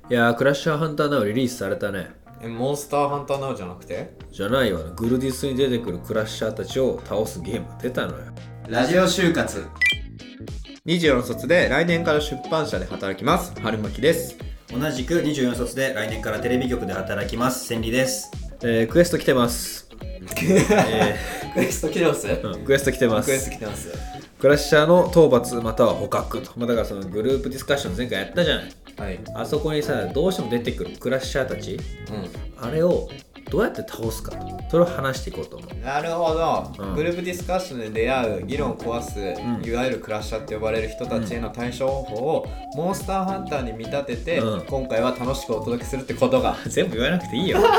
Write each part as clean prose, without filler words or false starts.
いやー、クラッシャーハンターナウリリースされたね。 モンスターハンターナウじゃなくて？ じゃないわ、グルディスに出てくるクラッシャーたちを倒すゲームが出たのよ。 ラジオ就活。 24卒で来年から出版社で働きます春巻です。 同じく24卒で来年からテレビ局で働きます千里です。 クエスト来てます。 クエスト来てます？ クエスト来てます。 クエスト来てます。 クラッシャーの討伐または捕獲と、だからそのグループディスカッション前回やったじゃない。 はい。 あそこにさ、どうしても出てくるクラッシャーたち、あれをどうやって倒すかと、それを話していこうと思う。 なるほど、 うん、 グループディスカッションで出会う議論を壊す、いわゆるクラッシャーって呼ばれる人たちへの対処方法をモンスターハンターに見立てて、今回は楽しくお届けするってことが全部言わなくていいよ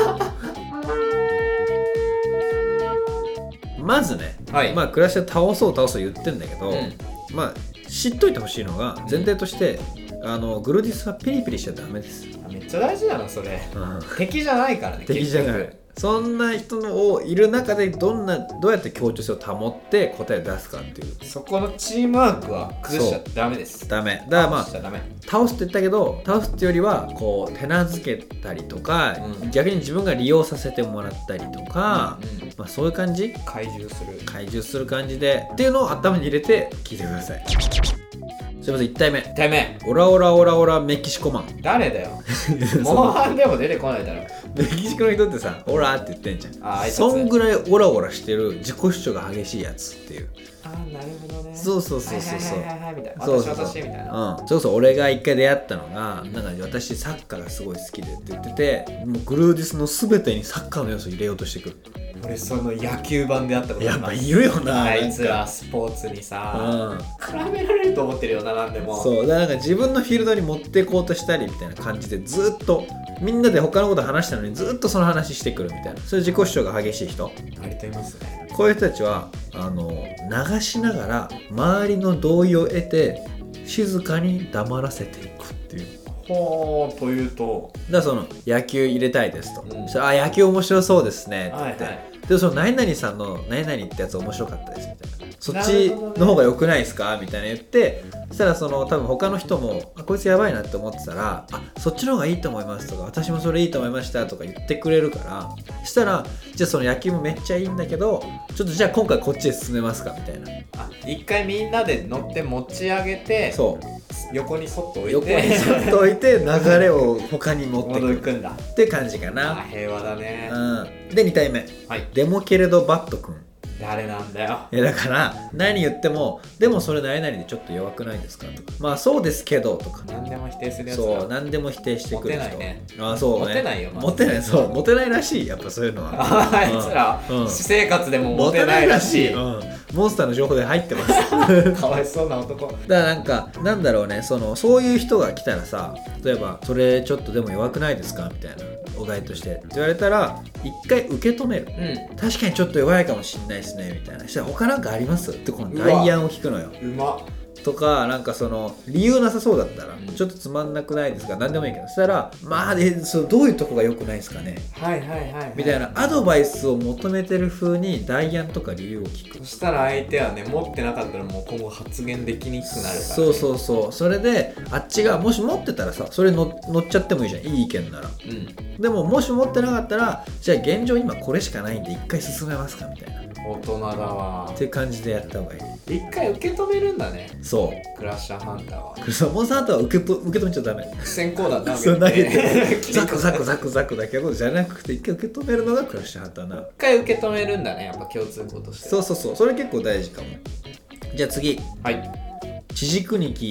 まずね、 はい、 クラッシャー倒そう言ってんだけど、知っといてほしいのが前提として、グルディスはピリピリしちゃダメです。 めっちゃ大事だなそれ、敵じゃないからね。 敵じゃない。そんな人のいる中でどうやって協調性を保って答えを出すかっていう、 そこのチームワークは崩しちゃダメです。 ダメだから倒すって言ったけど、倒すってよりはこう手なずけたりとか、逆に自分が利用させてもらったりとか、そういう感じ、 懐柔する感じでっていうのを頭に入れて聞いてください。すいません、1体目オラオラオラオラメキシコマン。 誰だよモンハンでも出てこないだろ。 メキシコの人ってさ、オラーって言ってんじゃん。 あいつそんぐらいオラオラしてる自己主張が激しいやつっていう。 なるほどね。 そうみたいな。私みたいな。 それこそ俺が一回出会ったのが、なんか私サッカーがすごい好きでって言ってて、もうグルーディスの全てにサッカーの要素を入れようとしてくる。 俺その野球版であったことあります。 やっぱいるよな、 あいつらスポーツにさ、絡められると思ってるよな、なんでも。 そうだから、なんか自分のフィールドに持っていこうとしたりみたいな感じで、ずっとみんなで他のこと話したのにずっとその話してくるみたいな、そういう自己主張が激しい人、 割といますね。 こういう人たちは流しながら周りの同意を得て静かに黙らせていくっていう。 ほー、というと、 だからその野球入れたいですと、そしたら野球面白そうですねって言って、でその何々さんの何々ってやつ面白かったですみたいな、そっちの方が良くないですかみたいな言って、そしたらその多分他の人もこいつやばいなって思ってたら、そっちの方がいいと思いますとか、私もそれいいと思いましたとか言ってくれるから、そしたらじゃあその野球もめっちゃいいんだけど、ちょっとじゃあ今回こっちで進めますかみたいな。 一回みんなで乗って持ち上げて、 そう横にそっと置いて流れを他に持ってくんだって感じかな。 平和だね。 で2体目、デモケレドバット君。 誰なんだよ。 だから何言っても、でもそれ何々でちょっと弱くないですかとか、そうですけどとか、 何でも否定するやつ。 そう何でも否定してくる人。 モテないね。 そうね、 モテないよ。 モテない。そうモテないらしい。やっぱそういうのはあいつら私生活でもモテないらしい。 モンスターの情報で入ってますかわいそうな男だから、なんだろうね、そういう人が来たらさ、例えばそれちょっとでも弱くないですかみたいな、お題としてって言われたら一回受け止める、確かにちょっと弱いかもしんないですねみたいな。したら他なんかありますってこの代案を聞くのよ。 うまっとか、なんかその理由なさそうだったら、ちょっとつまんなくないですか、何でもいいけど、そしたらどういうとこが良くないですかねみたいなアドバイスを求めてる風に代案とか理由を聞く。 そしたら相手はね、持ってなかったらもう今後発言できにくくなるから、ね、 そうそれであっちがもし持ってたらさ、それ乗っちゃってもいいじゃん、いい意見なら、でももし持ってなかったら、じゃあ現状今これしかないんで一回進めますかみたいな。 大人だわっていう感じでやった方がいい。 一回受け止めるんだね。 そうクラッシャーハンターはモンスターハンターは受け止めちゃダメ。 先行だなそう投げてザクザクだけどじゃなくて、一回受け止めるのがクラッシャーハンターな。 一回受け止めるんだね、やっぱ共通項として。 そうそれ結構大事かも。じゃあ次、チジクニキ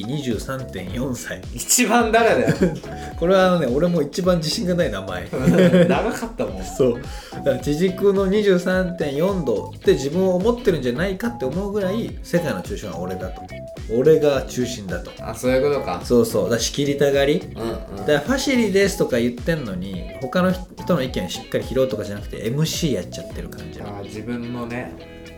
23.4 歳。 一番誰だよこれは俺も一番自信がない名前長かったもん。 そうだからチジクの 23.4 度って自分を思ってるんじゃないかって思うぐらい、世界の中心は俺だと、俺が中心だと。 そういうことか。 そうだから仕切りたがり、だからファシリですとか言ってんのに、他の人の意見しっかり拾うとかじゃなくて MC やっちゃってる感じ。 自分のね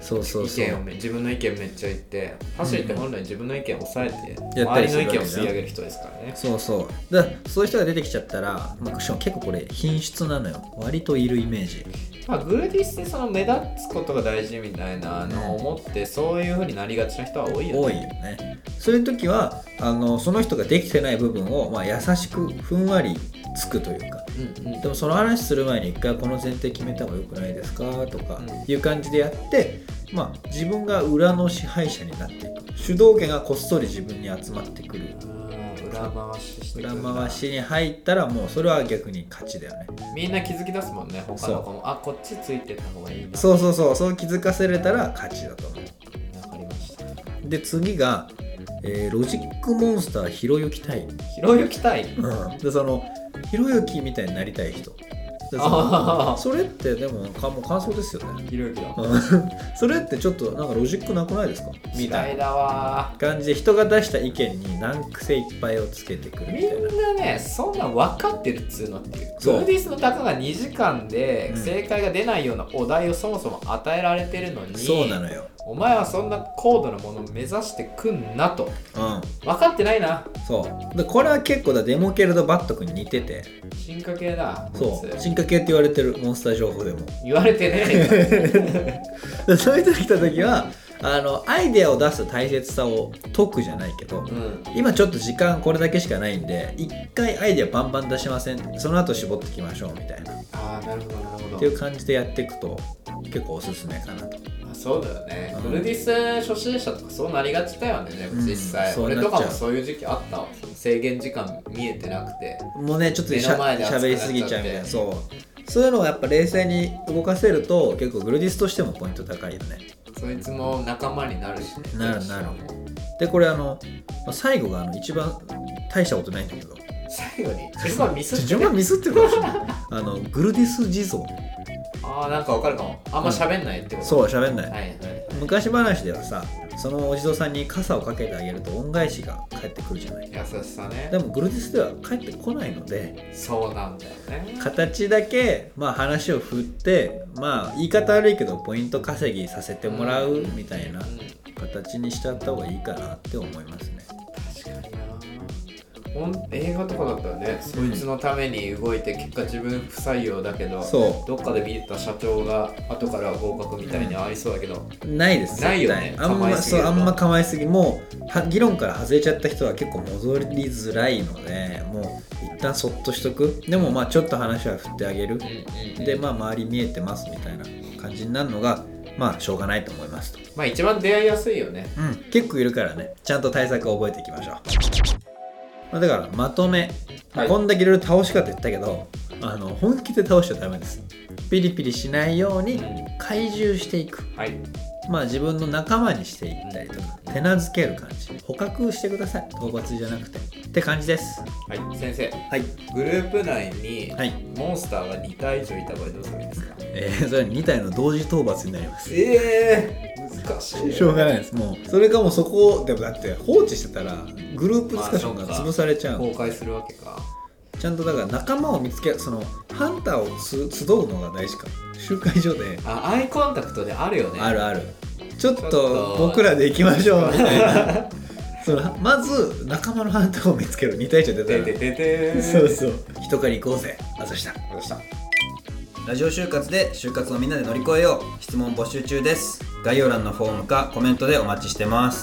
そうそうそう、 意見を自分の意見めっちゃ言って走って本来自分の意見を抑えて、 やった周りりするわけじゃんの意見を吸い上げる人ですからね。 そうそうだそういう人が出てきちゃったら、まあ、しかも結構これ品質なのよ。割といるイメージ。 まあ、グルディスでその目立つことが大事みたいなのを思ってそういう風になりがちな人は多いよね。 多いよね。そういう時はその人ができてない部分を、まあ、優しくふんわりつくというか、でもその話する前に一回この前提決めた方がよくないですかとかいう感じでやって、まあ、自分が裏の支配者になっていく。主導権がこっそり自分に集まってくる。 裏回ししてくる。 裏回しに入ったらもうそれは逆に勝ちだよね。 みんな気づき出すもんね。他の子もあこっちついてった方がいいな。 そう気づかせれたら勝ちだと思う。 わかりました。 で次が、ロジックモンスターひろゆき隊。 ひろゆき隊。 でそのひろゆきみたいになりたい人。それってでももう感想ですよね。 ひろゆきだ。 それってちょっとなんかロジックなくないですかみたいだわ感じで人が出した意見に難癖いっぱいをつけてくるみたいな。 みんなねそんな分かってるっつうのっていう。 そうグルディスのたかが2時間で正解が出ないようなお題をそもそも与えられてるのに、 そうなのよ。 お前はそんな高度なものを目指してくんなと。分かってないな。 そうでこれは結構デモケルとバット君に似てて、 進化系だ。 そう進化系って言われてるモンスター情報でも言われてねでそういう人が来た時はアイデアを出す大切さを解くじゃないけど、今ちょっと時間これだけしかないんで一回アイデアバンバン出しません、その後絞っていきましょうみたいな。 なるほどなるほどっていう感じでやっていくと結構おすすめかなと。 そうだよね、グルディス初心者とかそうなりがちだよね。でも実際、俺とかもそういう時期あったわ。制限時間見えてなくてもうねちょっと目の前で喋りすぎちゃうみたいな。そういうのをやっぱ冷静に動かせると結構グルディスとしてもポイント高いよね。 そいつも仲間になるしね。 なるでこれ最後が一番大したことないんだけど、 最後に順番ミスって順番ミスってるかもしれないグルディス地蔵。 なんかわかるかも。あんま喋んないってこと。 そう喋んない、 はいはい、 昔話ではさそのお地蔵さんに傘をかけてあげると恩返しが返ってくるじゃない。 優しさね。 でもグルディスでは返ってこないので、 そうなんだよね。 形だけまあ話を振ってまあ言い方悪いけどポイント稼ぎさせてもらうみたいな形にしちゃった方がいいかなって思いますね。 確かにな。映画とかだったらね、そいつのために動いて結果自分不採用だけど、どっかで見た社長が後から合格みたいにありそうだけど、 ないですないよね。 あんま構えすぎ、もう議論から外れちゃった人は結構戻りづらいので、もう一旦そっとしとく。でもまあちょっと話は振ってあげる、でまあ周り見えてますみたいな感じになるのがまあしょうがないと思いますと。 まあ一番出会いやすいよね。 結構いるからね、ちゃんと対策を覚えていきましょう。だからまとめ、こんだけいろいろ倒し方言ったけど本気で倒しちゃダメです。ピリピリしないように怪獣していく、まあ自分の仲間にしていったりとか手なずける感じ、捕獲してください。討伐じゃなくてって感じです。 はい、先生、グループ内にモンスターが2体以上いた場合どうするんですか？ それは2体の同時討伐になります。 難しい。 しょうがないです。もうそれかもそこでもだって放置してたらグループディスカッションが潰されちゃう。 崩壊するわけか。 ちゃんとだから仲間を見つけ、そのハンターを集うのが大事か。集会所でアイコンタクトであるよね。 あるある。ちょっと僕らで行きましょうみたいなまず仲間のハンターを見つける。2体以上出たらそう一狩り行こうぜ。あざした。 ラジオ就活で就活をみんなで乗り越えよう。質問募集中です。概要欄のフォームかコメントでお待ちしてます。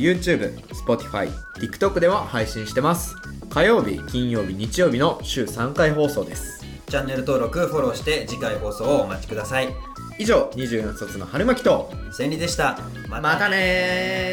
YouTube、Spotify、TikTok でも配信してます。火曜日、金曜日、日曜日の週3回放送です。 チャンネル登録、フォローして次回放送をお待ちください。 以上、24卒の春巻と千里でした。 またねー。